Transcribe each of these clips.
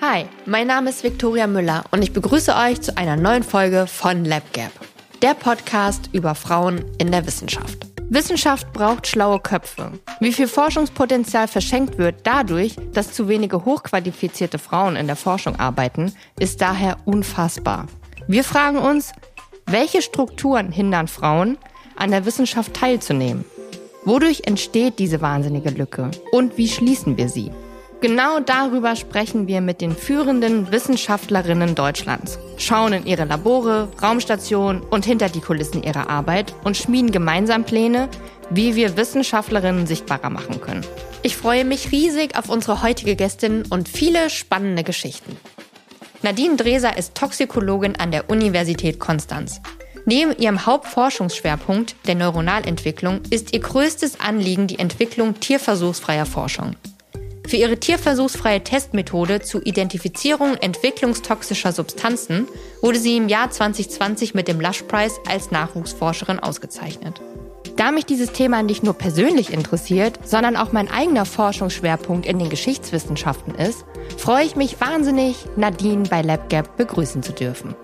Hi, mein Name ist Viktoria Müller und ich begrüße euch zu einer neuen Folge von LabGap, der Podcast über Frauen in der Wissenschaft. Wissenschaft braucht schlaue Köpfe. Wie viel Forschungspotenzial verschenkt wird dadurch, dass zu wenige hochqualifizierte Frauen in der Forschung arbeiten, ist daher unfassbar. Wir fragen uns, welche Strukturen hindern Frauen, an der Wissenschaft teilzunehmen? Wodurch entsteht diese wahnsinnige Lücke? Und wie schließen wir sie? Genau darüber sprechen wir mit den führenden Wissenschaftlerinnen Deutschlands, schauen in ihre Labore, Raumstationen und hinter die Kulissen ihrer Arbeit und schmieden gemeinsam Pläne, wie wir Wissenschaftlerinnen sichtbarer machen können. Ich freue mich riesig auf unsere heutige Gästin und viele spannende Geschichten. Nadine Dreser ist Toxikologin an der Universität Konstanz. Neben ihrem Hauptforschungsschwerpunkt, der Neuronalentwicklung, ist ihr größtes Anliegen die Entwicklung tierversuchsfreier Forschung. Für ihre tierversuchsfreie Testmethode zur Identifizierung entwicklungstoxischer Substanzen wurde sie im Jahr 2020 mit dem Lush-Preis als Nachwuchsforscherin ausgezeichnet. Da mich dieses Thema nicht nur persönlich interessiert, sondern auch mein eigener Forschungsschwerpunkt in den Geschichtswissenschaften ist, freue ich mich wahnsinnig, Nadine bei LabGap begrüßen zu dürfen.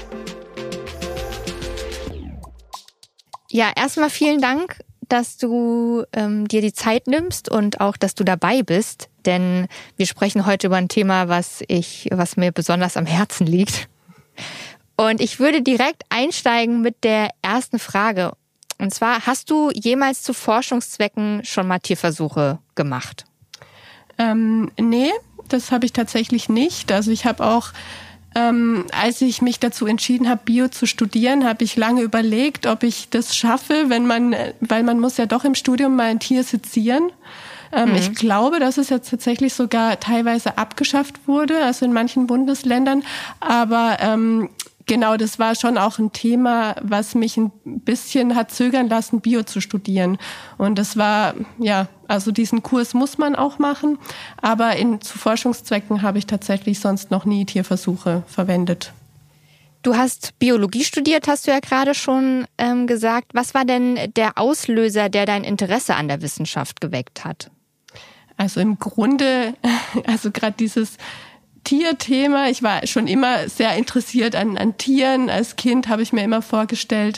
Ja, erstmal vielen Dank, dass du dir die Zeit nimmst und auch, dass du dabei bist. Denn wir sprechen heute über ein Thema, was mir besonders am Herzen liegt. Und ich würde direkt einsteigen mit der ersten Frage. Und zwar, hast du jemals zu Forschungszwecken schon mal Tierversuche gemacht? Nee, das habe ich tatsächlich nicht. Also ich habe auch, als ich mich dazu entschieden habe, Bio zu studieren, habe ich lange überlegt, ob ich das schaffe, weil man muss ja doch im Studium mal ein Tier sezieren. Ich glaube, dass es jetzt tatsächlich sogar teilweise abgeschafft wurde, also in manchen Bundesländern. Aber genau, das war schon auch ein Thema, was mich ein bisschen hat zögern lassen, Bio zu studieren. Und das war, ja, also diesen Kurs muss man auch machen. Aber zu Forschungszwecken habe ich tatsächlich sonst noch nie Tierversuche verwendet. Du hast Biologie studiert, hast du ja gerade schon gesagt. Was war denn der Auslöser, der dein Interesse an der Wissenschaft geweckt hat? Also im Grunde, also gerade dieses Tierthema, ich war schon immer sehr interessiert an Tieren. Als Kind habe ich mir immer vorgestellt,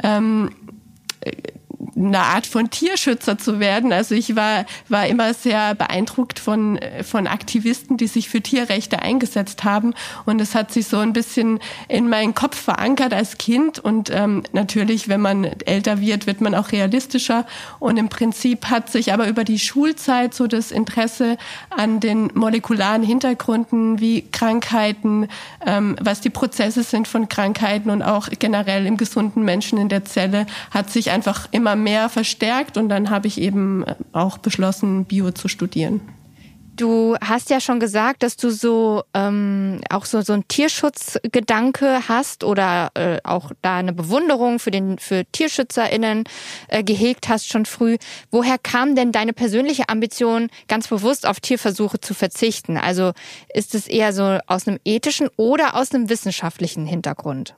eine Art von Tierschützer zu werden. Also ich war immer sehr beeindruckt von Aktivisten, die sich für Tierrechte eingesetzt haben. Und es hat sich so ein bisschen in meinen Kopf verankert als Kind. Und natürlich, wenn man älter wird man auch realistischer. Und im Prinzip hat sich aber über die Schulzeit so das Interesse an den molekularen Hintergründen wie Krankheiten, was die Prozesse sind von Krankheiten und auch generell im gesunden Menschen in der Zelle, hat sich einfach immer mehr verstärkt und dann habe ich eben auch beschlossen, Bio zu studieren. Du hast ja schon gesagt, dass du so auch so ein Tierschutzgedanke hast oder auch da eine Bewunderung für TierschützerInnen gehegt hast schon früh. Woher kam denn deine persönliche Ambition, ganz bewusst auf Tierversuche zu verzichten? Also ist es eher so aus einem ethischen oder aus einem wissenschaftlichen Hintergrund?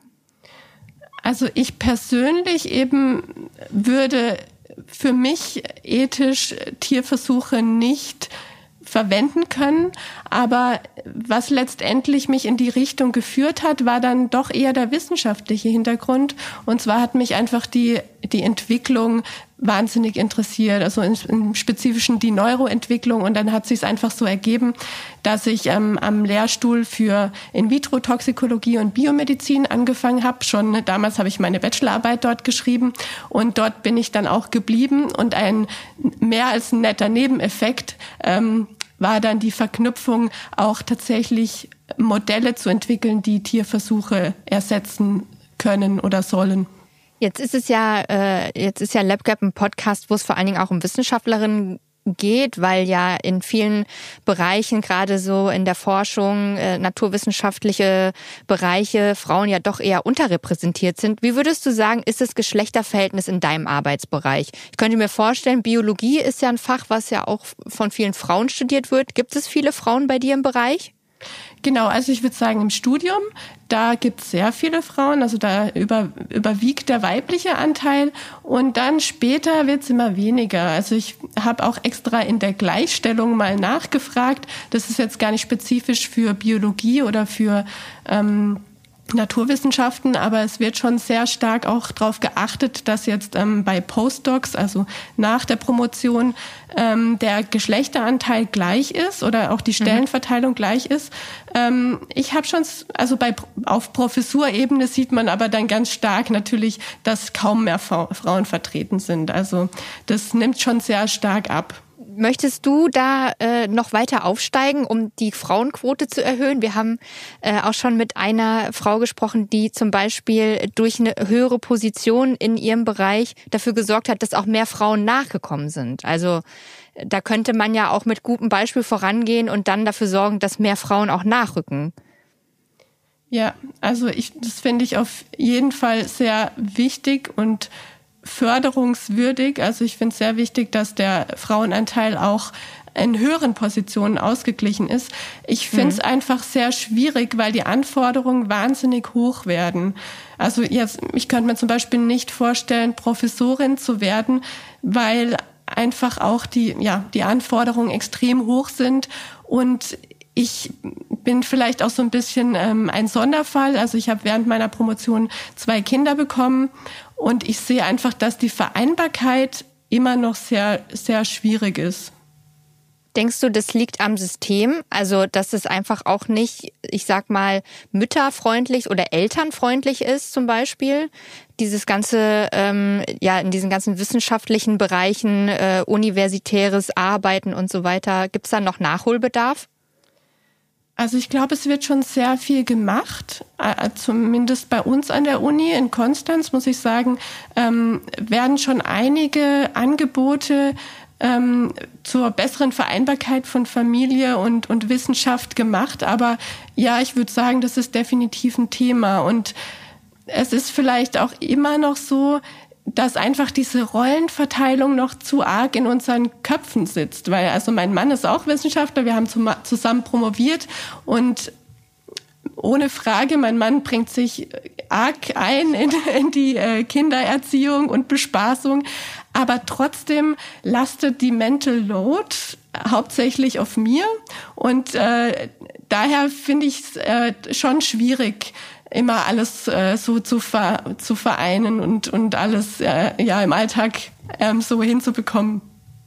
Also ich persönlich eben würde für mich ethisch Tierversuche nicht verwenden können. Aber was letztendlich mich in die Richtung geführt hat, war dann doch eher der wissenschaftliche Hintergrund. Und zwar hat mich einfach die Entwicklung wahnsinnig interessiert, also im Spezifischen die Neuroentwicklung. Und dann hat sich es einfach so ergeben, dass ich am Lehrstuhl für In-vitro-Toxikologie und Biomedizin angefangen habe. Schon damals habe ich meine Bachelorarbeit dort geschrieben und dort bin ich dann auch geblieben. Und ein mehr als netter Nebeneffekt war dann die Verknüpfung, auch tatsächlich Modelle zu entwickeln, die Tierversuche ersetzen können oder sollen. Jetzt ist ja LabGap ein Podcast, wo es vor allen Dingen auch um Wissenschaftlerinnen geht, weil ja in vielen Bereichen, gerade so in der Forschung, naturwissenschaftliche Bereiche, Frauen ja doch eher unterrepräsentiert sind. Wie würdest du sagen, ist das Geschlechterverhältnis in deinem Arbeitsbereich? Ich könnte mir vorstellen, Biologie ist ja ein Fach, was ja auch von vielen Frauen studiert wird. Gibt es viele Frauen bei dir im Bereich? Genau, also ich würde sagen, im Studium, da gibt es sehr viele Frauen, also da überwiegt der weibliche Anteil und dann später wird es immer weniger. Also ich habe auch extra in der Gleichstellung mal nachgefragt, das ist jetzt gar nicht spezifisch für Biologie oder für Naturwissenschaften, aber es wird schon sehr stark auch darauf geachtet, dass jetzt bei Postdocs, also nach der Promotion, der Geschlechteranteil gleich ist oder auch die Stellenverteilung gleich ist. Ich habe schon, also auf Professurebene sieht man aber dann ganz stark natürlich, dass kaum mehr Frauen vertreten sind. Also das nimmt schon sehr stark ab. Möchtest du da noch weiter aufsteigen, um die Frauenquote zu erhöhen? Wir haben auch schon mit einer Frau gesprochen, die zum Beispiel durch eine höhere Position in ihrem Bereich dafür gesorgt hat, dass auch mehr Frauen nachgekommen sind. Also da könnte man ja auch mit gutem Beispiel vorangehen und dann dafür sorgen, dass mehr Frauen auch nachrücken. Ja, also das finde ich auf jeden Fall sehr wichtig und förderungswürdig. Also ich finde es sehr wichtig, dass der Frauenanteil auch in höheren Positionen ausgeglichen ist. Ich finde es einfach sehr schwierig, weil die Anforderungen wahnsinnig hoch werden. Also jetzt, ich könnte mir zum Beispiel nicht vorstellen, Professorin zu werden, weil einfach auch die Anforderungen extrem hoch sind und ich bin vielleicht auch so ein bisschen ein Sonderfall. Also ich habe während meiner Promotion 2 Kinder bekommen und ich sehe einfach, dass die Vereinbarkeit immer noch sehr, sehr schwierig ist. Denkst du, das liegt am System? Also, dass es einfach auch nicht, ich sag mal, mütterfreundlich oder elternfreundlich ist zum Beispiel? Dieses ganze, in diesen ganzen wissenschaftlichen Bereichen, universitäres Arbeiten und so weiter, gibt's da noch Nachholbedarf? Also ich glaube, es wird schon sehr viel gemacht, zumindest bei uns an der Uni in Konstanz, muss ich sagen, werden schon einige Angebote zur besseren Vereinbarkeit von Familie und Wissenschaft gemacht. Aber ja, ich würde sagen, das ist definitiv ein Thema. Und es ist vielleicht auch immer noch so, dass einfach diese Rollenverteilung noch zu arg in unseren Köpfen sitzt. Weil also mein Mann ist auch Wissenschaftler, wir haben zusammen promoviert und ohne Frage, mein Mann bringt sich arg ein in die Kindererziehung und Bespaßung, aber trotzdem lastet die Mental Load hauptsächlich auf mir und daher finde ich es schon schwierig, immer alles so zu vereinen und alles im Alltag so hinzubekommen.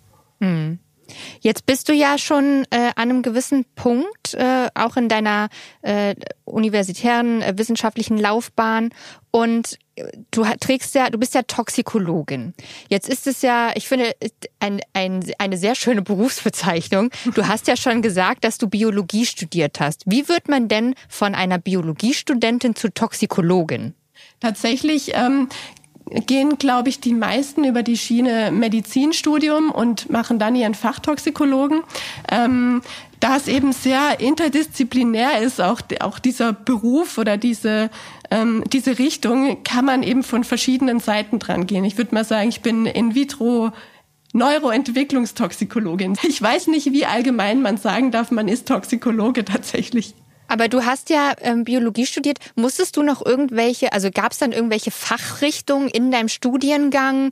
Jetzt bist du ja schon an einem gewissen Punkt, auch in deiner universitären wissenschaftlichen Laufbahn und du bist ja Toxikologin. Jetzt ist es ja, ich finde, eine sehr schöne Berufsbezeichnung. Du hast ja schon gesagt, dass du Biologie studiert hast. Wie wird man denn von einer Biologiestudentin zu Toxikologin? Tatsächlich gehen, glaube ich, die meisten über die Schiene Medizinstudium und machen dann ihren Fachtoxikologen. Da es eben sehr interdisziplinär ist, auch dieser Beruf oder diese Richtung, kann man eben von verschiedenen Seiten dran gehen. Ich würde mal sagen, ich bin In-vitro Neuroentwicklungstoxikologin. Ich weiß nicht, wie allgemein man sagen darf, man ist Toxikologe tatsächlich. Aber du hast ja Biologie studiert. Musstest du noch gab es dann irgendwelche Fachrichtungen in deinem Studiengang,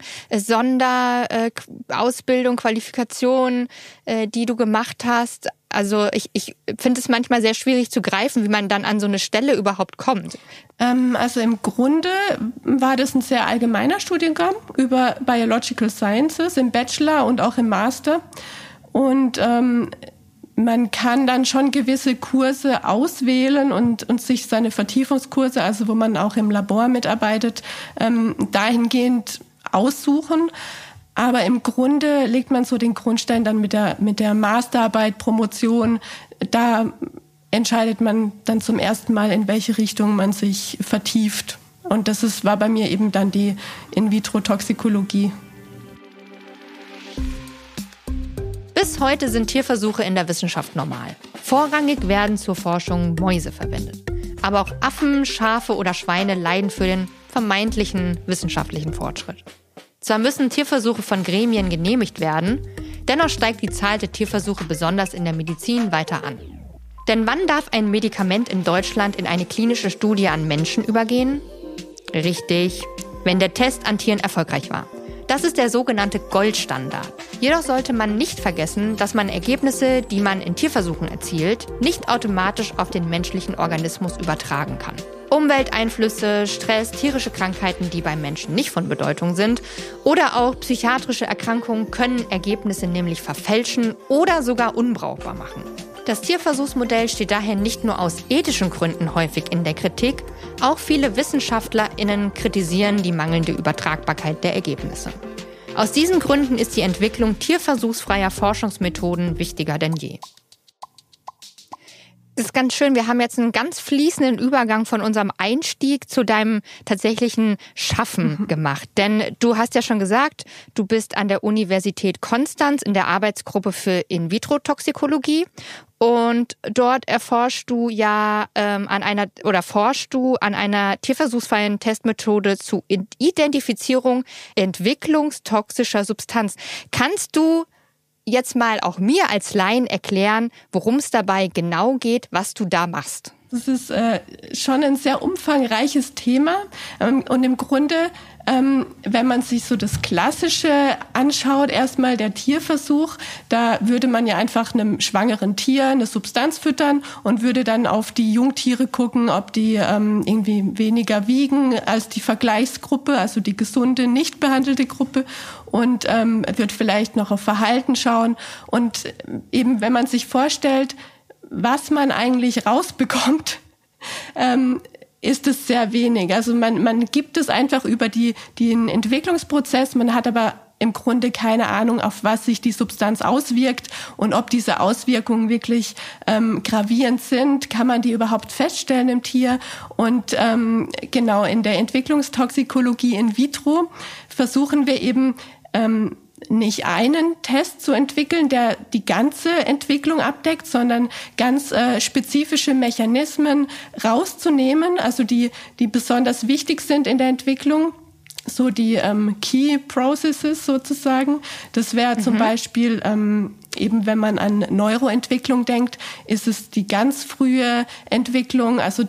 Sonderausbildung, Qualifikation, die du gemacht hast? Also ich finde es manchmal sehr schwierig zu greifen, wie man dann an so eine Stelle überhaupt kommt. Also im Grunde war das ein sehr allgemeiner Studiengang über Biological Sciences im Bachelor und auch im Master. Und man kann dann schon gewisse Kurse auswählen und sich seine Vertiefungskurse, also wo man auch im Labor mitarbeitet, dahingehend aussuchen. Aber im Grunde legt man so den Grundstein dann mit der Masterarbeit, Promotion. Da entscheidet man dann zum ersten Mal, in welche Richtung man sich vertieft. Und das war bei mir eben dann die In-vitro-Toxikologie. Bis heute sind Tierversuche in der Wissenschaft normal. Vorrangig werden zur Forschung Mäuse verwendet. Aber auch Affen, Schafe oder Schweine leiden für den vermeintlichen wissenschaftlichen Fortschritt. Zwar müssen Tierversuche von Gremien genehmigt werden, dennoch steigt die Zahl der Tierversuche besonders in der Medizin weiter an. Denn wann darf ein Medikament in Deutschland in eine klinische Studie an Menschen übergehen? Richtig, wenn der Test an Tieren erfolgreich war. Das ist der sogenannte Goldstandard. Jedoch sollte man nicht vergessen, dass man Ergebnisse, die man in Tierversuchen erzielt, nicht automatisch auf den menschlichen Organismus übertragen kann. Umwelteinflüsse, Stress, tierische Krankheiten, die beim Menschen nicht von Bedeutung sind, oder auch psychiatrische Erkrankungen können Ergebnisse nämlich verfälschen oder sogar unbrauchbar machen. Das Tierversuchsmodell steht daher nicht nur aus ethischen Gründen häufig in der Kritik, auch viele WissenschaftlerInnen kritisieren die mangelnde Übertragbarkeit der Ergebnisse. Aus diesen Gründen ist die Entwicklung tierversuchsfreier Forschungsmethoden wichtiger denn je. Das ist ganz schön. Wir haben jetzt einen ganz fließenden Übergang von unserem Einstieg zu deinem tatsächlichen Schaffen gemacht. Denn du hast ja schon gesagt, du bist an der Universität Konstanz in der Arbeitsgruppe für In-vitro-Toxikologie. Und dort erforschst du ja forschst du an einer tierversuchsfreien Testmethode zur Identifizierung entwicklungstoxischer Substanz. Kannst du jetzt mal auch mir als Laien erklären, worum es dabei genau geht, was du da machst? Das ist schon ein sehr umfangreiches Thema und im Grunde, wenn man sich so das Klassische anschaut, erstmal der Tierversuch, da würde man ja einfach einem schwangeren Tier eine Substanz füttern und würde dann auf die Jungtiere gucken, ob die irgendwie weniger wiegen als die Vergleichsgruppe, also die gesunde, nicht behandelte Gruppe, und wird vielleicht noch auf Verhalten schauen. Und eben, wenn man sich vorstellt, was man eigentlich rausbekommt, ist es sehr wenig. Also man gibt es einfach über den Entwicklungsprozess, man hat aber im Grunde keine Ahnung, auf was sich die Substanz auswirkt und ob diese Auswirkungen wirklich gravierend sind. Kann man die überhaupt feststellen im Tier? Und genau, in der Entwicklungstoxikologie in vitro versuchen wir eben nicht einen Test zu entwickeln, der die ganze Entwicklung abdeckt, sondern ganz spezifische Mechanismen rauszunehmen, also die besonders wichtig sind in der Entwicklung, so die Key Processes sozusagen. Das wäre zum Beispiel eben, wenn man an Neuroentwicklung denkt, ist es die ganz frühe Entwicklung, also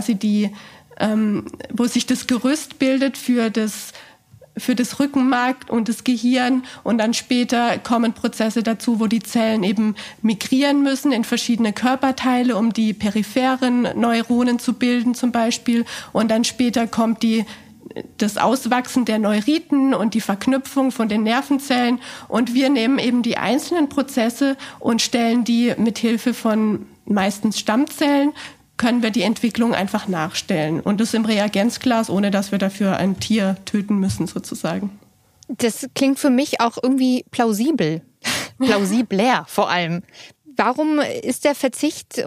wo sich das Gerüst bildet für das Rückenmark und das Gehirn, und dann später kommen Prozesse dazu, wo die Zellen eben migrieren müssen in verschiedene Körperteile, um die peripheren Neuronen zu bilden zum Beispiel, und dann später kommt das Auswachsen der Neuriten und die Verknüpfung von den Nervenzellen, und wir nehmen eben die einzelnen Prozesse und stellen die mit Hilfe von meistens Stammzellen, können wir die Entwicklung einfach nachstellen. Und das im Reagenzglas, ohne dass wir dafür ein Tier töten müssen, sozusagen. Das klingt für mich auch irgendwie plausibel. Plausibler vor allem. Warum wird der Verzicht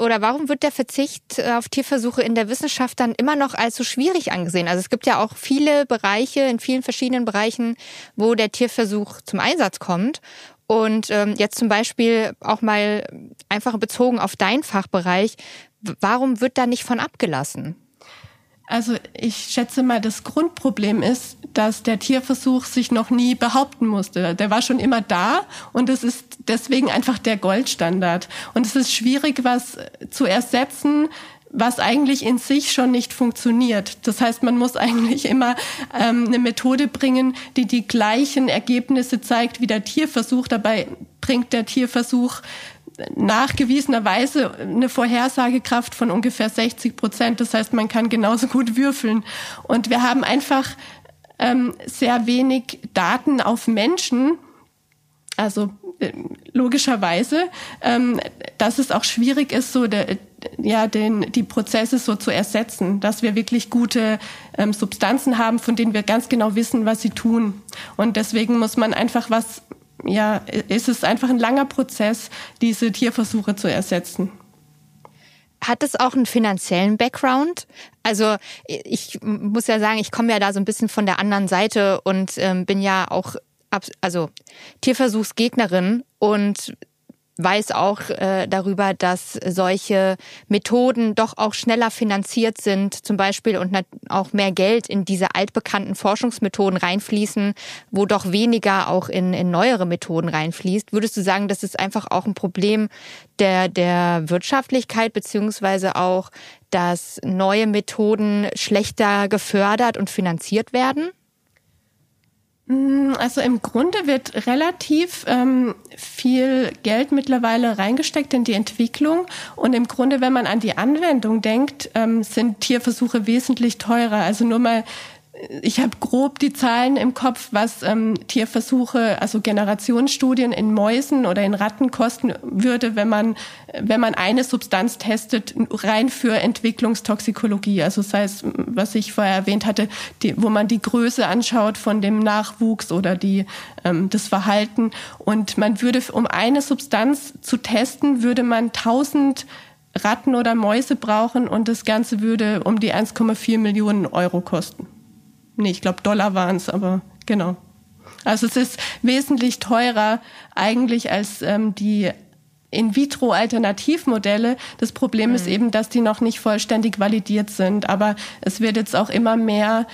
auf Tierversuche in der Wissenschaft dann immer noch als so schwierig angesehen? Also es gibt ja auch viele Bereiche, in vielen verschiedenen Bereichen, wo der Tierversuch zum Einsatz kommt. Und jetzt zum Beispiel auch mal einfach bezogen auf deinen Fachbereich, warum wird da nicht von abgelassen? Also ich schätze mal, das Grundproblem ist, dass der Tierversuch sich noch nie behaupten musste. Der war schon immer da und es ist deswegen einfach der Goldstandard. Und es ist schwierig, was zu ersetzen, was eigentlich in sich schon nicht funktioniert. Das heißt, man muss eigentlich immer eine Methode bringen, die die gleichen Ergebnisse zeigt wie der Tierversuch. Dabei bringt der Tierversuch nachgewiesenerweise eine Vorhersagekraft von ungefähr 60%. Das heißt, man kann genauso gut würfeln. Und wir haben einfach sehr wenig Daten auf Menschen, also logischerweise, dass es auch schwierig ist, so die Prozesse so zu ersetzen, dass wir wirklich gute Substanzen haben, von denen wir ganz genau wissen, was sie tun. Und deswegen muss man einfach ist es einfach ein langer Prozess, diese Tierversuche zu ersetzen. Hat es auch einen finanziellen Background? Also ich muss ja sagen, ich komme ja da so ein bisschen von der anderen Seite und bin ja auch Tierversuchsgegnerin. Und weiß auch darüber, dass solche Methoden doch auch schneller finanziert sind, zum Beispiel, und auch mehr Geld in diese altbekannten Forschungsmethoden reinfließen, wo doch weniger auch in neuere Methoden reinfließt. Würdest du sagen, das ist einfach auch ein Problem der Wirtschaftlichkeit, beziehungsweise auch, dass neue Methoden schlechter gefördert und finanziert werden? Also im Grunde wird relativ viel Geld mittlerweile reingesteckt in die Entwicklung. Und im Grunde, wenn man an die Anwendung denkt, sind Tierversuche wesentlich teurer. Also nur mal, ich habe grob die Zahlen im Kopf, was Tierversuche, also Generationsstudien in Mäusen oder in Ratten kosten würde, wenn man eine Substanz testet, rein für Entwicklungstoxikologie. Also sei es, was ich vorher erwähnt hatte, wo man die Größe anschaut von dem Nachwuchs oder das Verhalten. Und man würde, um eine Substanz zu testen, würde man 1000 Ratten oder Mäuse brauchen und das Ganze würde um die 1,4 Millionen Euro kosten. Nee, ich glaube Dollar waren es, aber genau. Also es ist wesentlich teurer eigentlich als die In-vitro-Alternativmodelle. Das Problem ist eben, dass die noch nicht vollständig validiert sind. Aber es wird jetzt auch immer mehr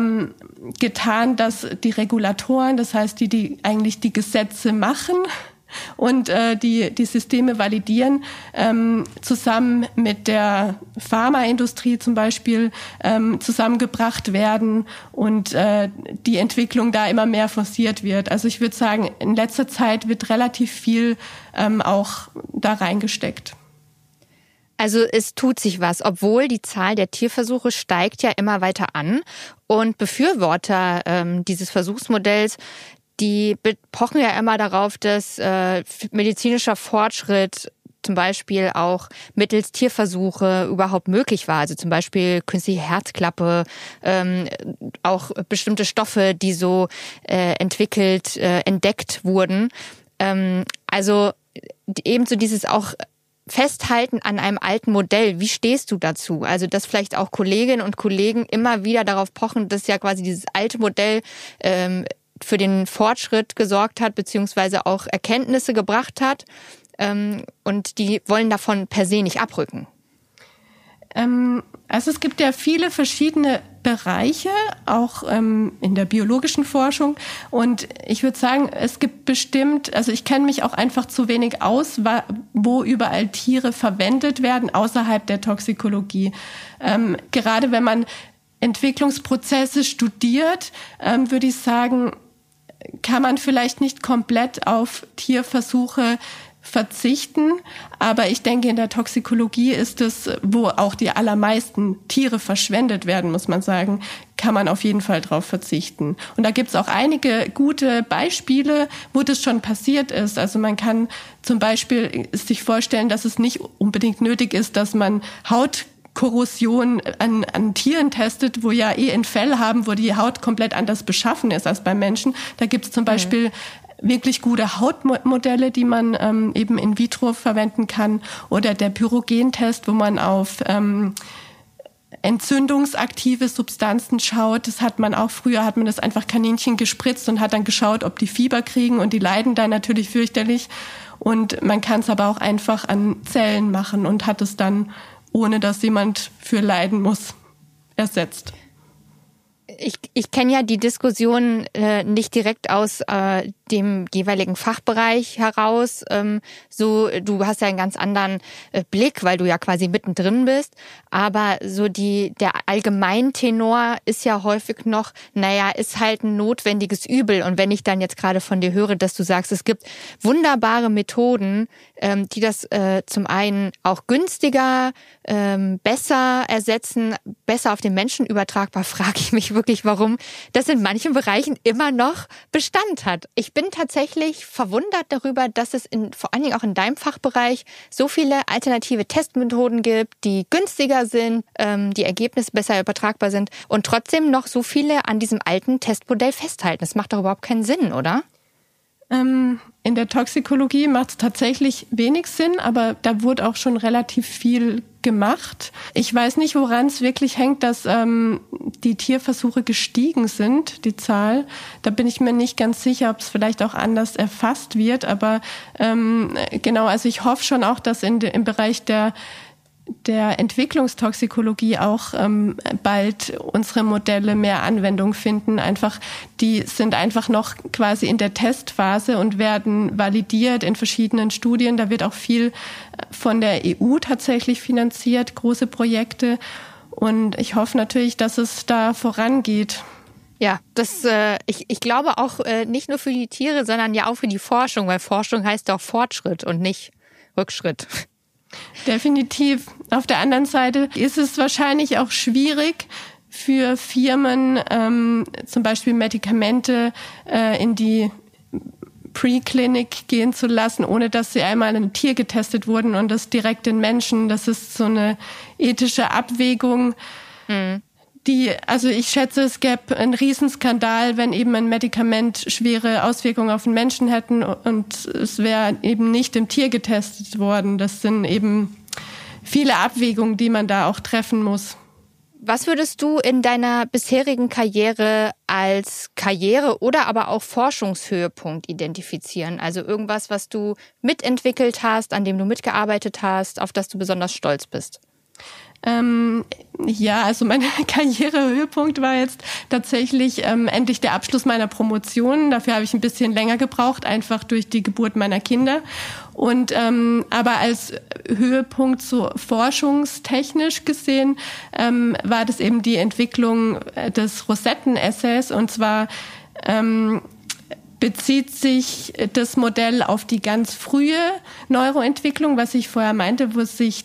getan, dass die Regulatoren, das heißt die eigentlich die Gesetze machen und die Systeme validieren, zusammen mit der Pharmaindustrie zum Beispiel zusammengebracht werden und die Entwicklung da immer mehr forciert wird. Also ich würde sagen, in letzter Zeit wird relativ viel auch da reingesteckt. Also es tut sich was, obwohl die Zahl der Tierversuche steigt ja immer weiter an und Befürworter dieses Versuchsmodells, die pochen ja immer darauf, dass medizinischer Fortschritt zum Beispiel auch mittels Tierversuche überhaupt möglich war. Also zum Beispiel künstliche Herzklappe, auch bestimmte Stoffe, die so entdeckt wurden. Also ebenso dieses auch Festhalten an einem alten Modell. Wie stehst du dazu? Also dass vielleicht auch Kolleginnen und Kollegen immer wieder darauf pochen, dass ja quasi dieses alte Modell für den Fortschritt gesorgt hat, beziehungsweise auch Erkenntnisse gebracht hat. Und die wollen davon per se nicht abrücken. Also es gibt ja viele verschiedene Bereiche, auch in der biologischen Forschung. Und ich würde sagen, es gibt bestimmt, also ich kenne mich auch einfach zu wenig aus, wo überall Tiere verwendet werden, außerhalb der Toxikologie. Gerade wenn man Entwicklungsprozesse studiert, würde ich sagen, kann man vielleicht nicht komplett auf Tierversuche verzichten. Aber ich denke, in der Toxikologie ist es, wo auch die allermeisten Tiere verschwendet werden, muss man sagen, kann man auf jeden Fall drauf verzichten. Und da gibt es auch einige gute Beispiele, wo das schon passiert ist. Also man kann zum Beispiel sich vorstellen, dass es nicht unbedingt nötig ist, dass man Hautkorrosion an Tieren testet, wo ja ein Fell haben, wo die Haut komplett anders beschaffen ist als beim Menschen. Da gibt es zum Beispiel wirklich gute Hautmodelle, die man eben in vitro verwenden kann. Oder der Pyrogentest, wo man auf entzündungsaktive Substanzen schaut. Das hat man auch früher, hat man das einfach Kaninchen gespritzt und hat dann geschaut, ob die Fieber kriegen, und die leiden dann natürlich fürchterlich. Und man kann es aber auch einfach an Zellen machen und hat es dann, ohne dass jemand für leiden muss, ersetzt. Ich kenne ja die Diskussion nicht direkt aus dem jeweiligen Fachbereich heraus. Du hast ja einen ganz anderen Blick, weil du ja quasi mittendrin bist. Aber so der Allgemeintenor ist ja häufig noch, ist halt ein notwendiges Übel. Und wenn ich dann jetzt gerade von dir höre, dass du sagst, es gibt wunderbare Methoden, die das zum einen auch günstiger, besser ersetzen, besser auf den Menschen übertragbar, frage ich mich wirklich, warum das in manchen Bereichen immer noch Bestand hat. Ich bin tatsächlich verwundert darüber, dass es vor allen Dingen auch in deinem Fachbereich so viele alternative Testmethoden gibt, die günstiger sind, die Ergebnisse besser übertragbar sind und trotzdem noch so viele an diesem alten Testmodell festhalten. Das macht doch überhaupt keinen Sinn, oder? In der Toxikologie macht es tatsächlich wenig Sinn, aber da wurde auch schon relativ viel gemacht. Ich weiß nicht, woran es wirklich hängt, dass die Tierversuche gestiegen sind, die Zahl. Da bin ich mir nicht ganz sicher, ob es vielleicht auch anders erfasst wird. Aber genau, also ich hoffe schon auch, dass im Bereich der Entwicklungstoxikologie auch bald unsere Modelle mehr Anwendung finden. Die sind einfach noch quasi in der Testphase und werden validiert in verschiedenen Studien. Da wird auch viel von der EU tatsächlich finanziert, große Projekte. Und ich hoffe natürlich, dass es da vorangeht. Ja, ich glaube auch nicht nur für die Tiere, sondern ja auch für die Forschung, weil Forschung heißt auch Fortschritt und nicht Rückschritt. Definitiv. Auf der anderen Seite ist es wahrscheinlich auch schwierig für Firmen, zum Beispiel Medikamente in die Preclinic gehen zu lassen, ohne dass sie einmal an einem Tier getestet wurden und das direkt in Menschen. Das ist so eine ethische Abwägung. Also ich schätze, es gäbe einen Riesenskandal, wenn eben ein Medikament schwere Auswirkungen auf den Menschen hätten und es wäre eben nicht im Tier getestet worden. Das sind eben viele Abwägungen, die man da auch treffen muss. Was würdest du in deiner bisherigen Karriere als Karriere- oder aber auch Forschungshöhepunkt identifizieren? Also irgendwas, was du mitentwickelt hast, an dem du mitgearbeitet hast, auf das du besonders stolz bist? Ja, also mein Karrierehöhepunkt war jetzt tatsächlich endlich der Abschluss meiner Promotion. Dafür habe ich ein bisschen länger gebraucht, einfach durch die Geburt meiner Kinder. Und aber als Höhepunkt so forschungstechnisch gesehen war das eben die Entwicklung des Rosetten-Essays. Und zwar bezieht sich das Modell auf die ganz frühe Neuroentwicklung, was ich vorher meinte, wo sich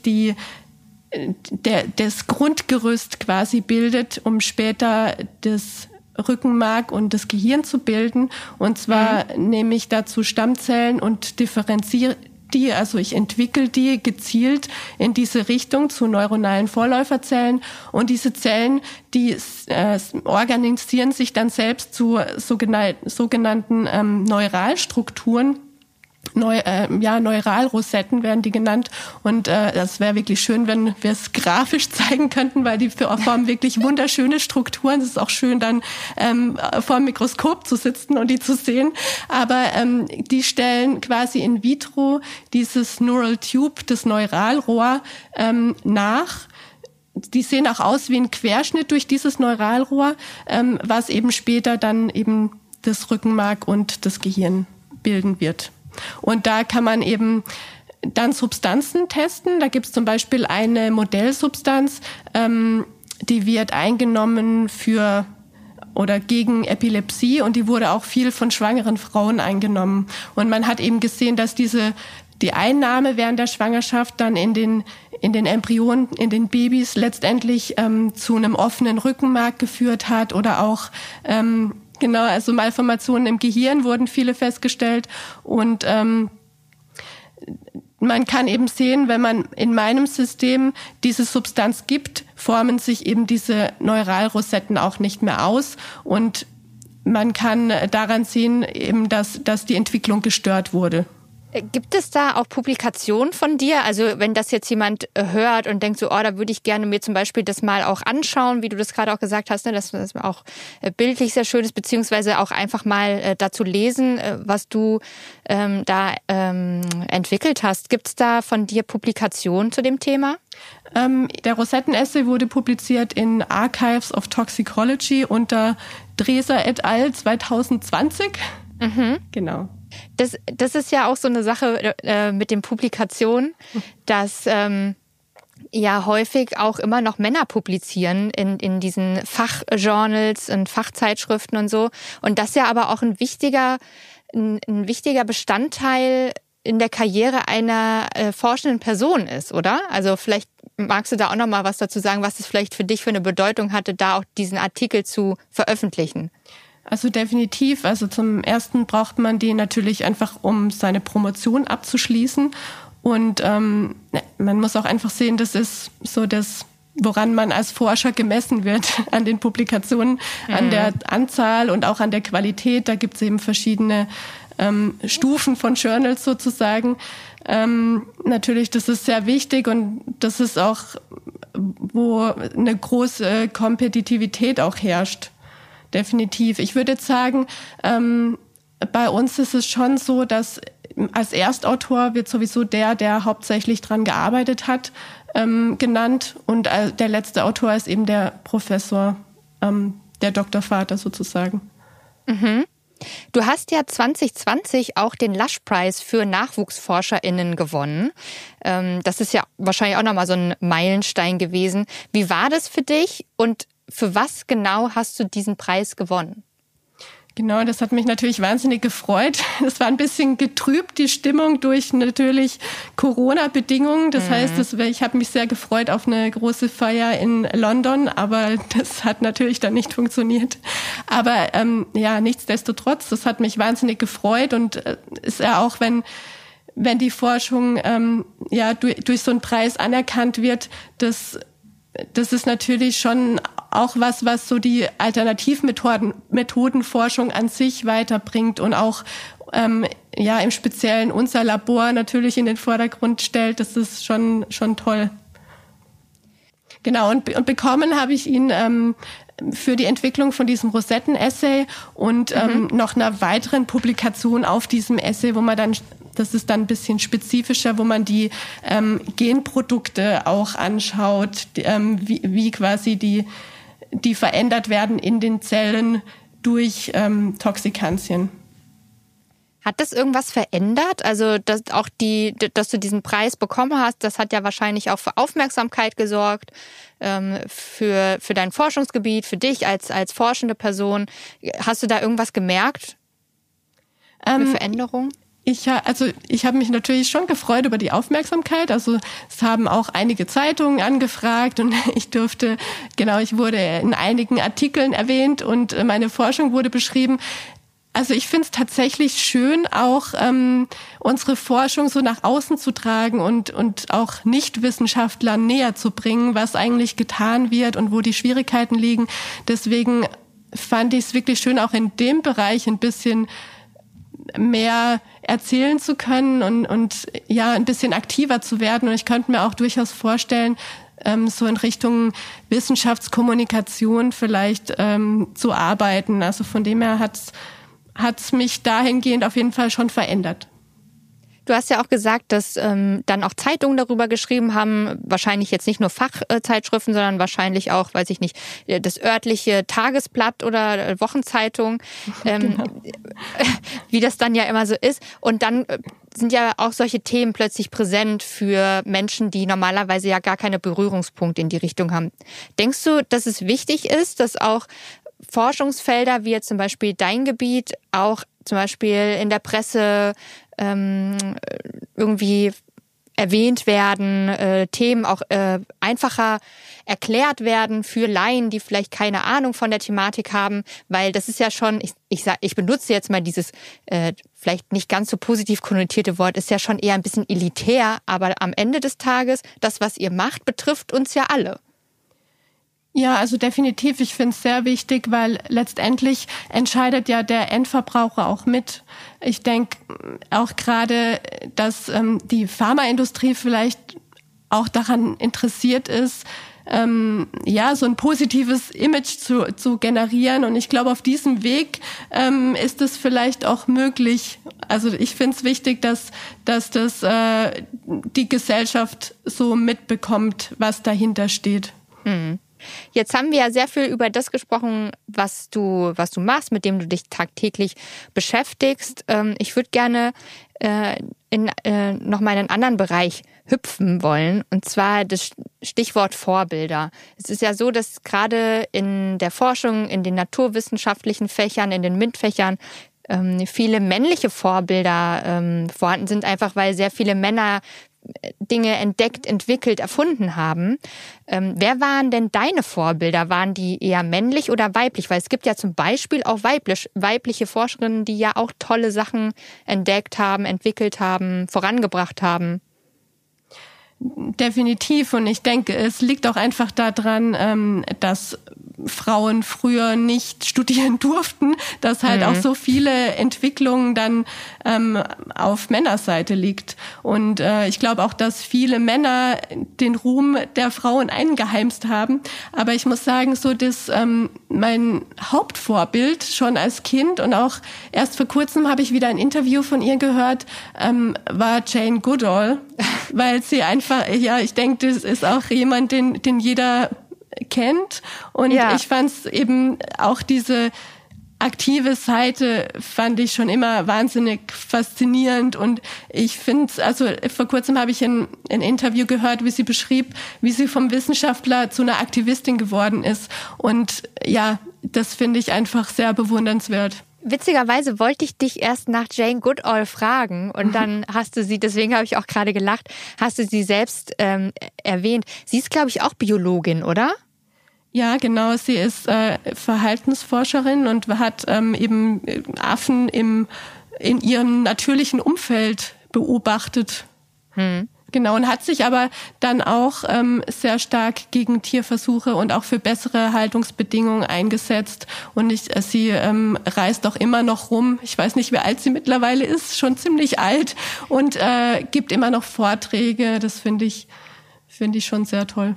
das Grundgerüst quasi bildet, um später das Rückenmark und das Gehirn zu bilden. Und zwar nehme ich dazu Stammzellen und differenziere die, also ich entwickle die gezielt in diese Richtung zu neuronalen Vorläuferzellen. Und diese Zellen, die organisieren sich dann selbst zu sogenannten Neuralstrukturen. Neuralrosetten werden die genannt. Und das wäre wirklich schön, wenn wir es grafisch zeigen könnten, weil die formen wirklich wunderschöne Strukturen. Es ist auch schön, dann vor dem Mikroskop zu sitzen und die zu sehen. Aber die stellen quasi in vitro dieses Neural Tube, das Neuralrohr, nach. Die sehen auch aus wie ein Querschnitt durch dieses Neuralrohr, was eben später dann eben das Rückenmark und das Gehirn bilden wird. Und da kann man eben dann Substanzen testen. Da gibt es zum Beispiel eine Modellsubstanz, die wird eingenommen für oder gegen Epilepsie und die wurde auch viel von schwangeren Frauen eingenommen. Und man hat eben gesehen, dass die Einnahme während der Schwangerschaft dann in den Embryonen, in den Babys letztendlich zu einem offenen Rückenmark geführt hat oder auch genau, also Malformationen im Gehirn wurden viele festgestellt und man kann eben sehen, wenn man in meinem System diese Substanz gibt, formen sich eben diese Neuralrosetten auch nicht mehr aus und man kann daran sehen, eben, dass die Entwicklung gestört wurde. Gibt es da auch Publikationen von dir? Also wenn das jetzt jemand hört und denkt so, da würde ich gerne mir zum Beispiel das mal auch anschauen, wie du das gerade auch gesagt hast, ne, dass das auch bildlich sehr schön ist, beziehungsweise auch einfach mal dazu lesen, was du da entwickelt hast. Gibt es da von dir Publikationen zu dem Thema? Der Rosetten-Essay wurde publiziert in Archives of Toxicology unter Dreser et al. 2020. Genau. Das ist ja auch so eine Sache mit den Publikationen, dass ja häufig auch immer noch Männer publizieren in diesen Fachjournals und Fachzeitschriften und so. Und das ja aber auch ein wichtiger Bestandteil in der Karriere einer forschenden Person ist, oder? Also vielleicht magst du da auch noch mal was dazu sagen, was es vielleicht für dich für eine Bedeutung hatte, da auch diesen Artikel zu veröffentlichen. Also definitiv. Also zum Ersten braucht man die natürlich einfach, um seine Promotion abzuschließen. Und man muss auch einfach sehen, das ist so das woran man als Forscher gemessen wird, an den Publikationen, an der Anzahl und auch an der Qualität. Da gibt es eben verschiedene Stufen von Journals sozusagen. Natürlich, das ist sehr wichtig und das ist auch, wo eine große Kompetitivität auch herrscht. Definitiv. Ich würde jetzt sagen, bei uns ist es schon so, dass als Erstautor wird sowieso der hauptsächlich dran gearbeitet hat, genannt. Und der letzte Autor ist eben der Professor, der Doktorvater sozusagen. Mhm. Du hast ja 2020 auch den Lush-Preis für NachwuchsforscherInnen gewonnen. Das ist ja wahrscheinlich auch nochmal so ein Meilenstein gewesen. Wie war das für dich und für was genau hast du diesen Preis gewonnen? Genau, das hat mich natürlich wahnsinnig gefreut. Es war ein bisschen getrübt, die Stimmung, durch natürlich Corona-Bedingungen. Das heißt, ich habe mich sehr gefreut auf eine große Feier in London, aber das hat natürlich dann nicht funktioniert. Aber nichtsdestotrotz, das hat mich wahnsinnig gefreut und ist ja auch, wenn die Forschung durch so einen Preis anerkannt wird, das ist natürlich schon auch was so die Alternativmethodenforschung an sich weiterbringt und auch im Speziellen unser Labor natürlich in den Vordergrund stellt. Das ist schon toll. Genau, und bekommen habe ich ihn für die Entwicklung von diesem Rosetten-Essay und noch einer weiteren Publikation auf diesem Essay, wo man dann, das ist dann ein bisschen spezifischer, wo man die Genprodukte auch anschaut, wie quasi die verändert werden in den Zellen durch Toxikantien. Hat das irgendwas verändert? Also dass du diesen Preis bekommen hast, das hat ja wahrscheinlich auch für Aufmerksamkeit gesorgt, für dein Forschungsgebiet, für dich als forschende Person. Hast du da irgendwas gemerkt für Veränderungen? Ich habe mich natürlich schon gefreut über die Aufmerksamkeit. Also es haben auch einige Zeitungen angefragt und ich wurde in einigen Artikeln erwähnt und meine Forschung wurde beschrieben. Also ich finde es tatsächlich schön, auch unsere Forschung so nach außen zu tragen und auch Nichtwissenschaftlern näher zu bringen, was eigentlich getan wird und wo die Schwierigkeiten liegen. Deswegen fand ich es wirklich schön, auch in dem Bereich ein bisschen mehr erzählen zu können und ein bisschen aktiver zu werden. Und ich könnte mir auch durchaus vorstellen, so in Richtung Wissenschaftskommunikation vielleicht zu arbeiten. Also von dem her hat's mich dahingehend auf jeden Fall schon verändert. Du hast ja auch gesagt, dass dann auch Zeitungen darüber geschrieben haben, wahrscheinlich jetzt nicht nur Fachzeitschriften, sondern wahrscheinlich auch, weiß ich nicht, das örtliche Tagesblatt oder Wochenzeitung, Genau. Wie das dann ja immer so ist. Und dann sind ja auch solche Themen plötzlich präsent für Menschen, die normalerweise ja gar keine Berührungspunkte in die Richtung haben. Denkst du, dass es wichtig ist, dass auch Forschungsfelder wie jetzt zum Beispiel dein Gebiet auch zum Beispiel in der Presse irgendwie erwähnt werden, Themen auch einfacher erklärt werden für Laien, die vielleicht keine Ahnung von der Thematik haben, weil das ist ja schon, ich benutze jetzt mal dieses vielleicht nicht ganz so positiv konnotierte Wort, ist ja schon eher ein bisschen elitär, aber am Ende des Tages, das, was ihr macht, betrifft uns ja alle. Ja, also definitiv. Ich finde es sehr wichtig, weil letztendlich entscheidet ja der Endverbraucher auch mit. Ich denke auch gerade, dass die Pharmaindustrie vielleicht auch daran interessiert ist, so ein positives Image zu generieren. Und ich glaube, auf diesem Weg ist es vielleicht auch möglich. Also ich finde es wichtig, dass das die Gesellschaft so mitbekommt, was dahinter steht. Mhm. Jetzt haben wir ja sehr viel über das gesprochen, was du machst, mit dem du dich tagtäglich beschäftigst. Ich würde gerne noch mal in einen anderen Bereich hüpfen wollen, und zwar das Stichwort Vorbilder. Es ist ja so, dass gerade in der Forschung, in den naturwissenschaftlichen Fächern, in den MINT-Fächern viele männliche Vorbilder vorhanden sind, einfach weil sehr viele Männer Dinge entdeckt, entwickelt, erfunden haben. Wer waren denn deine Vorbilder? Waren die eher männlich oder weiblich? Weil es gibt ja zum Beispiel auch weibliche Forscherinnen, die ja auch tolle Sachen entdeckt haben, entwickelt haben, vorangebracht haben. Definitiv. Und ich denke, es liegt auch einfach daran, dass Frauen früher nicht studieren durften, dass halt auch so viele Entwicklungen dann auf Männerseite liegt. Und ich glaube auch, dass viele Männer den Ruhm der Frauen eingeheimst haben. Aber ich muss sagen, so das mein Hauptvorbild schon als Kind und auch erst vor kurzem habe ich wieder ein Interview von ihr gehört, war Jane Goodall, weil sie einfach, ja, ich denke, das ist auch jemand, den jeder kennt. Und ich fand es eben auch diese aktive Seite fand ich schon immer wahnsinnig faszinierend. Und ich finde, also vor kurzem habe ich ein Interview gehört, wie sie beschrieb, wie sie vom Wissenschaftler zu einer Aktivistin geworden ist. Und ja, das finde ich einfach sehr bewundernswert. Witzigerweise wollte ich dich erst nach Jane Goodall fragen und dann hast du sie, deswegen habe ich auch gerade gelacht, hast du sie selbst erwähnt. Sie ist, glaube ich, auch Biologin, oder? Ja, genau. Sie ist Verhaltensforscherin und hat eben Affen in ihrem natürlichen Umfeld beobachtet. Genau, und hat sich aber dann auch sehr stark gegen Tierversuche und auch für bessere Haltungsbedingungen eingesetzt. Und sie reist auch immer noch rum. Ich weiß nicht, wie alt sie mittlerweile ist, schon ziemlich alt und gibt immer noch Vorträge. Das finde ich schon sehr toll.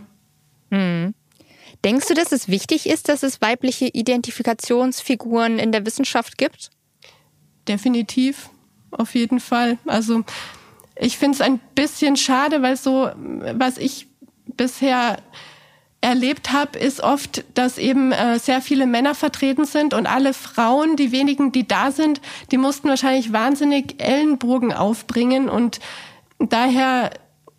Denkst du, dass es wichtig ist, dass es weibliche Identifikationsfiguren in der Wissenschaft gibt? Definitiv, auf jeden Fall. Also ich finde es ein bisschen schade, weil so, was ich bisher erlebt habe, ist oft, dass eben sehr viele Männer vertreten sind und alle Frauen, die wenigen, die da sind, die mussten wahrscheinlich wahnsinnig Ellenbogen aufbringen und daher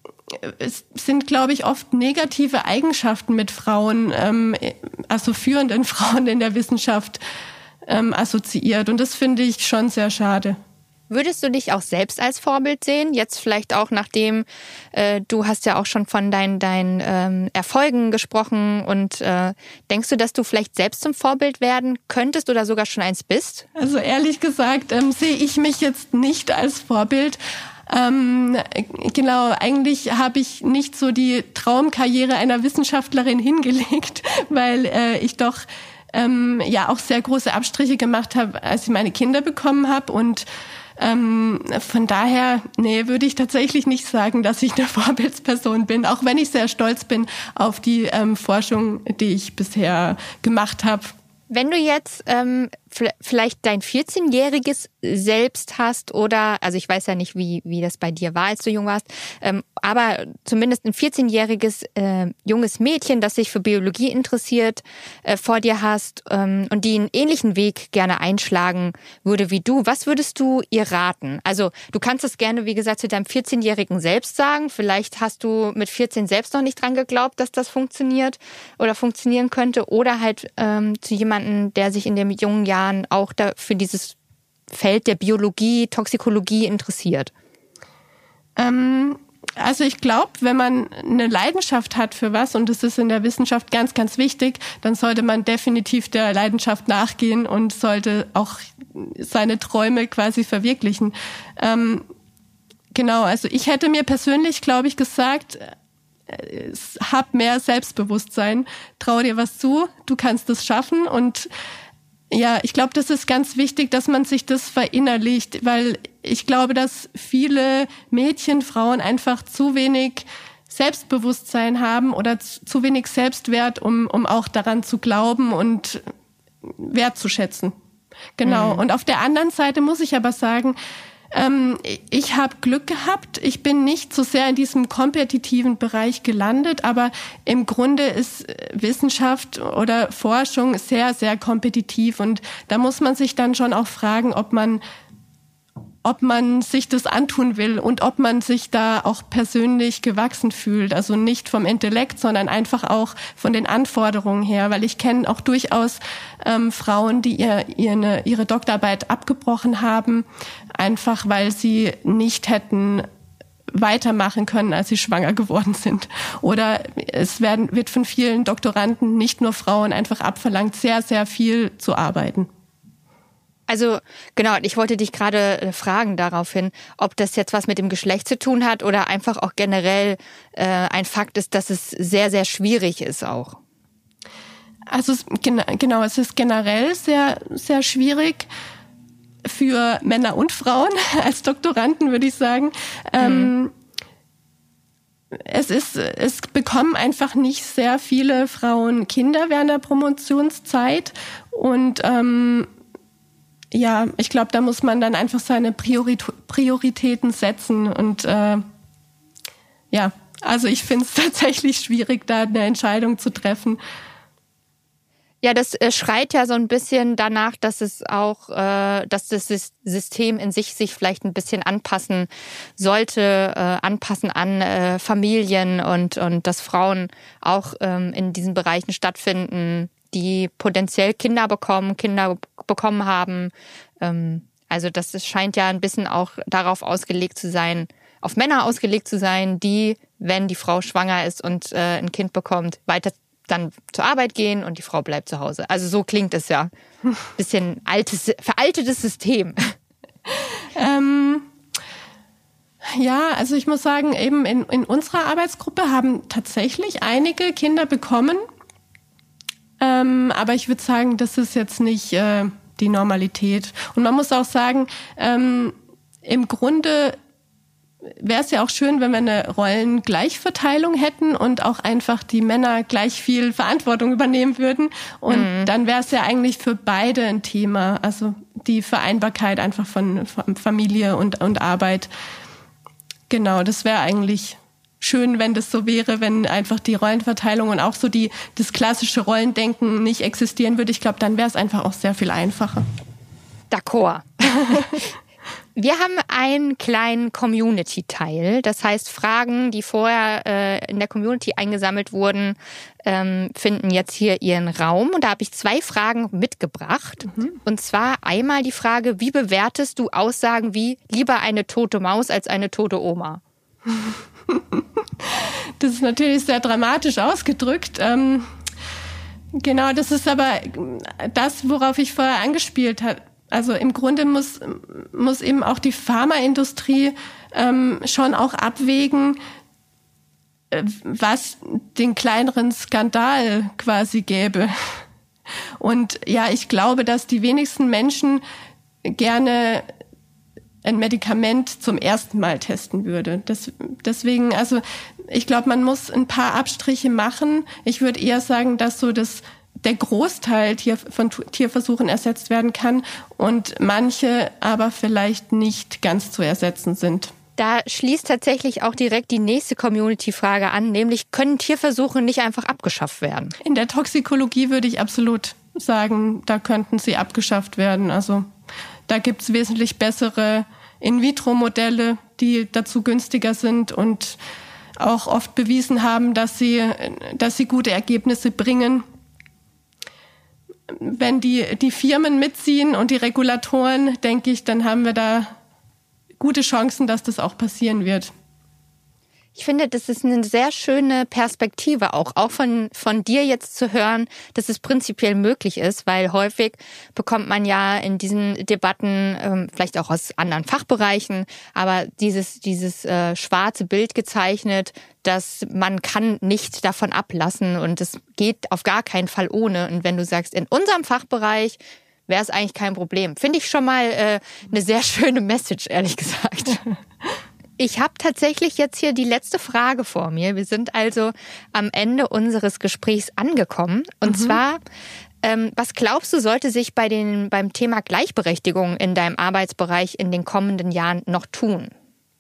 es sind, glaube ich, oft negative Eigenschaften mit Frauen, also führenden Frauen in der Wissenschaft assoziiert. Und das finde ich schon sehr schade. Würdest du dich auch selbst als Vorbild sehen? Jetzt vielleicht auch nachdem, du hast ja auch schon von deinen Erfolgen gesprochen und denkst du, dass du vielleicht selbst zum Vorbild werden könntest oder sogar schon eins bist? Also ehrlich gesagt sehe ich mich jetzt nicht als Vorbild. Genau, eigentlich habe ich nicht so die Traumkarriere einer Wissenschaftlerin hingelegt, weil ich doch ja auch sehr große Abstriche gemacht habe, als ich meine Kinder bekommen habe und von daher, würde ich tatsächlich nicht sagen, dass ich eine Vorbildsperson bin, auch wenn ich sehr stolz bin auf die Forschung, die ich bisher gemacht habe. Wenn du jetzt vielleicht dein 14-jähriges Selbst hast oder, also ich weiß ja nicht, wie das bei dir war, als du jung warst, aber zumindest ein 14-jähriges junges Mädchen, das sich für Biologie interessiert, vor dir hast und die einen ähnlichen Weg gerne einschlagen würde wie du, was würdest du ihr raten? Also du kannst es gerne, wie gesagt, zu deinem 14-jährigen Selbst sagen. Vielleicht hast du mit 14 selbst noch nicht dran geglaubt, dass das funktioniert oder funktionieren könnte oder halt zu jemandem, der sich in den jungen Jahren auch für dieses Feld der Biologie, Toxikologie interessiert? Also ich glaube, wenn man eine Leidenschaft hat für was, und das ist in der Wissenschaft ganz, ganz wichtig, dann sollte man definitiv der Leidenschaft nachgehen und sollte auch seine Träume quasi verwirklichen. Genau, also ich hätte mir persönlich, glaube ich, gesagt, hab mehr Selbstbewusstsein, trau dir was zu, du kannst es schaffen und ja, ich glaube, das ist ganz wichtig, dass man sich das verinnerlicht, weil ich glaube, dass viele Mädchen, Frauen einfach zu wenig Selbstbewusstsein haben oder zu wenig Selbstwert, um auch daran zu glauben und wertzuschätzen. Genau. Und auf der anderen Seite muss ich aber sagen, ich habe Glück gehabt. Ich bin nicht so sehr in diesem kompetitiven Bereich gelandet, aber im Grunde ist Wissenschaft oder Forschung sehr, sehr kompetitiv und da muss man sich dann schon auch fragen, ob man sich das antun will und ob man sich da auch persönlich gewachsen fühlt. Also nicht vom Intellekt, sondern einfach auch von den Anforderungen her. Weil ich kenne auch durchaus Frauen, die ihre Doktorarbeit abgebrochen haben, einfach weil sie nicht hätten weitermachen können, als sie schwanger geworden sind. Oder es wird von vielen Doktoranden, nicht nur Frauen, einfach abverlangt, sehr, sehr viel zu arbeiten. Also genau, ich wollte dich gerade fragen daraufhin, ob das jetzt was mit dem Geschlecht zu tun hat oder einfach auch generell ein Fakt ist, dass es sehr, sehr schwierig ist auch. Also genau, es ist generell sehr, sehr schwierig für Männer und Frauen als Doktoranden, würde ich sagen. Es bekommen einfach nicht sehr viele Frauen Kinder während der Promotionszeit und ich glaube, da muss man dann einfach seine Prioritäten setzen und also ich finde es tatsächlich schwierig, da eine Entscheidung zu treffen. Ja, das schreit ja so ein bisschen danach, dass es auch, dass das System in sich vielleicht ein bisschen anpassen sollte, anpassen an Familien und dass Frauen auch in diesen Bereichen stattfinden, die potenziell Kinder bekommen haben. Also das scheint ja ein bisschen auch darauf ausgelegt zu sein, auf Männer ausgelegt zu sein, die, wenn die Frau schwanger ist und ein Kind bekommt, weiter dann zur Arbeit gehen und die Frau bleibt zu Hause. Also so klingt es ja. Bisschen veraltetes System. Also ich muss sagen, eben in unserer Arbeitsgruppe haben tatsächlich einige Kinder bekommen. Aber ich würde sagen, das ist jetzt nicht die Normalität. Und man muss auch sagen, im Grunde wäre es ja auch schön, wenn wir eine Rollengleichverteilung hätten und auch einfach die Männer gleich viel Verantwortung übernehmen würden. Und dann wäre es ja eigentlich für beide ein Thema. Also die Vereinbarkeit einfach von Familie und Arbeit. Genau, das wäre eigentlich schön, wenn das so wäre, wenn einfach die Rollenverteilung und auch so das klassische Rollendenken nicht existieren würde. Ich glaube, dann wäre es einfach auch sehr viel einfacher. D'accord. Wir haben einen kleinen Community-Teil. Das heißt, Fragen, die vorher in der Community eingesammelt wurden, finden jetzt hier ihren Raum. Und da habe ich 2 Fragen mitgebracht. Und zwar einmal die Frage, wie bewertest du Aussagen wie lieber eine tote Maus als eine tote Oma? Das ist natürlich sehr dramatisch ausgedrückt. Genau, das ist aber das, worauf ich vorher angespielt habe. Also im Grunde muss eben auch die Pharmaindustrie schon auch abwägen, was den kleineren Skandal quasi gäbe. Und ja, ich glaube, dass die wenigsten Menschen gerne ein Medikament zum ersten Mal testen würde. Deswegen, also ich glaube, man muss ein paar Abstriche machen. Ich würde eher sagen, dass so der Großteil von Tierversuchen ersetzt werden kann und manche aber vielleicht nicht ganz zu ersetzen sind. Da schließt tatsächlich auch direkt die nächste Community-Frage an, nämlich können Tierversuche nicht einfach abgeschafft werden? In der Toxikologie würde ich absolut sagen, da könnten sie abgeschafft werden. Also da gibt's wesentlich bessere In-vitro-Modelle, die dazu günstiger sind und auch oft bewiesen haben, dass sie gute Ergebnisse bringen. Wenn die Firmen mitziehen und die Regulatoren, denke ich, dann haben wir da gute Chancen, dass das auch passieren wird. Ich finde, das ist eine sehr schöne Perspektive auch von dir jetzt zu hören, dass es prinzipiell möglich ist, weil häufig bekommt man ja in diesen Debatten, vielleicht auch aus anderen Fachbereichen, aber dieses schwarze Bild gezeichnet, dass man kann nicht davon ablassen und es geht auf gar keinen Fall ohne. Und wenn du sagst, in unserem Fachbereich wäre es eigentlich kein Problem, finde ich schon mal eine sehr schöne Message, ehrlich gesagt. Ich habe tatsächlich jetzt hier die letzte Frage vor mir. Wir sind also am Ende unseres Gesprächs angekommen. Und zwar, was glaubst du, sollte sich beim Thema Gleichberechtigung in deinem Arbeitsbereich in den kommenden Jahren noch tun?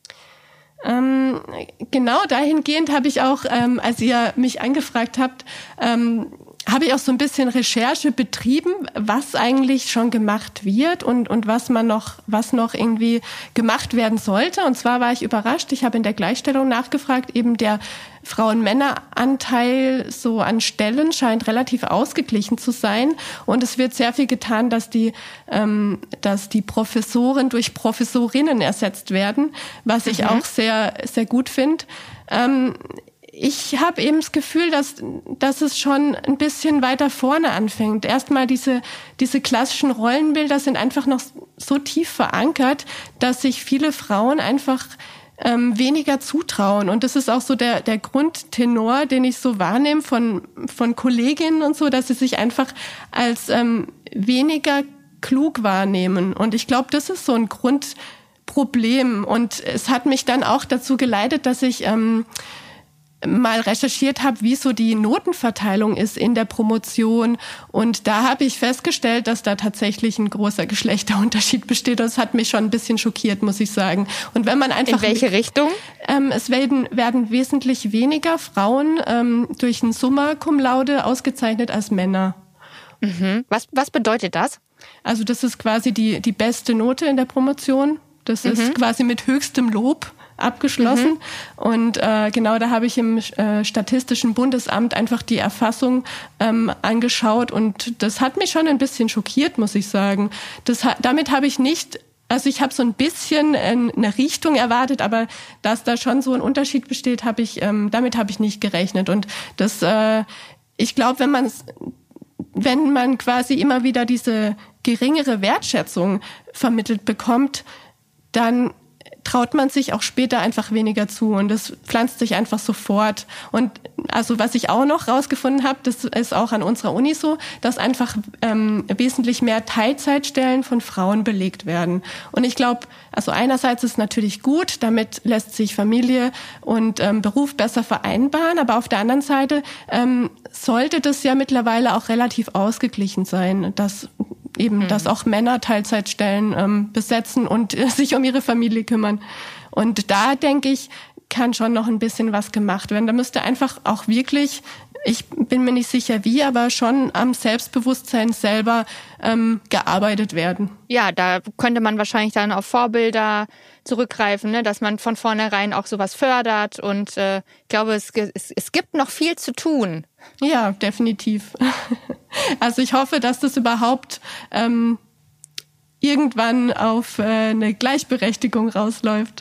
Genau dahingehend habe ich auch, als ihr mich angefragt habt, habe ich auch so ein bisschen Recherche betrieben, was eigentlich schon gemacht wird und was noch irgendwie gemacht werden sollte. Und zwar war ich überrascht. Ich habe in der Gleichstellung nachgefragt, eben der Frauen-Männer-Anteil so an Stellen scheint relativ ausgeglichen zu sein. Und es wird sehr viel getan, dass die Professoren durch Professorinnen ersetzt werden, was ich auch sehr, sehr gut finde. ich habe eben das Gefühl, dass es schon ein bisschen weiter vorne anfängt. Erstmal diese klassischen Rollenbilder sind einfach noch so tief verankert, dass sich viele Frauen einfach weniger zutrauen. Und das ist auch so der Grundtenor, den ich so wahrnehme von Kolleginnen und so, dass sie sich einfach als weniger klug wahrnehmen. Und ich glaube, das ist so ein Grundproblem. Und es hat mich dann auch dazu geleitet, dass ich mal recherchiert habe, wie so die Notenverteilung ist in der Promotion. Und da habe ich festgestellt, dass da tatsächlich ein großer Geschlechterunterschied besteht. Das hat mich schon ein bisschen schockiert, muss ich sagen. Und wenn man einfach... In welche Richtung? Es werden wesentlich weniger Frauen durch ein Summa Cum Laude ausgezeichnet als Männer. Mhm. Was bedeutet das? Also das ist quasi die beste Note in der Promotion. Das ist quasi mit höchstem Lob abgeschlossen. Und genau, da habe ich im Statistischen Bundesamt einfach die Erfassung angeschaut und das hat mich schon ein bisschen schockiert, muss ich sagen. Damit habe ich nicht, also ich habe so ein bisschen eine Richtung erwartet, aber dass da schon so ein Unterschied besteht, damit habe ich nicht gerechnet. Und das, ich glaube, wenn man quasi immer wieder diese geringere Wertschätzung vermittelt bekommt, dann traut man sich auch später einfach weniger zu und das pflanzt sich einfach sofort. Und also was ich auch noch rausgefunden habe, das ist auch an unserer Uni so, dass einfach wesentlich mehr Teilzeitstellen von Frauen belegt werden. Und ich glaube, also einerseits ist es natürlich gut, damit lässt sich Familie und Beruf besser vereinbaren, aber auf der anderen Seite sollte das ja mittlerweile auch relativ ausgeglichen sein, dass auch Männer Teilzeitstellen besetzen und sich um ihre Familie kümmern. Und da, denke ich, kann schon noch ein bisschen was gemacht werden. Da müsste einfach auch wirklich, ich bin mir nicht sicher wie, aber schon am Selbstbewusstsein selber gearbeitet werden. Ja, da könnte man wahrscheinlich dann auf Vorbilder zurückgreifen, ne? Dass man von vornherein auch sowas fördert. Und ich glaube, es gibt noch viel zu tun. Ja, definitiv. Also ich hoffe, dass das überhaupt irgendwann auf eine Gleichberechtigung rausläuft.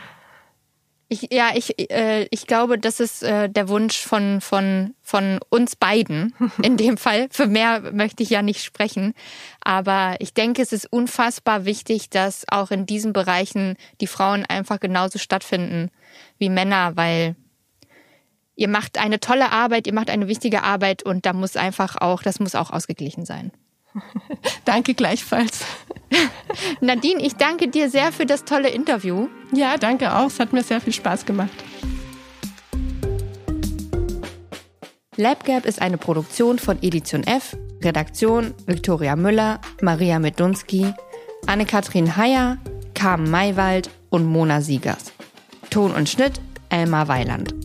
Ich glaube, das ist der Wunsch von uns beiden in dem Fall. Für mehr möchte ich ja nicht sprechen. Aber ich denke, es ist unfassbar wichtig, dass auch in diesen Bereichen die Frauen einfach genauso stattfinden wie Männer, weil ihr macht eine tolle Arbeit, ihr macht eine wichtige Arbeit und das muss auch ausgeglichen sein. Danke gleichfalls. Nadine, ich danke dir sehr für das tolle Interview. Ja, danke auch. Es hat mir sehr viel Spaß gemacht. LabGap ist eine Produktion von Edition F, Redaktion Viktoria Müller, Maria Medunski, Anne-Kathrin Heyer, Carmen Maywald und Mona Siegers. Ton und Schnitt Elmar Weiland.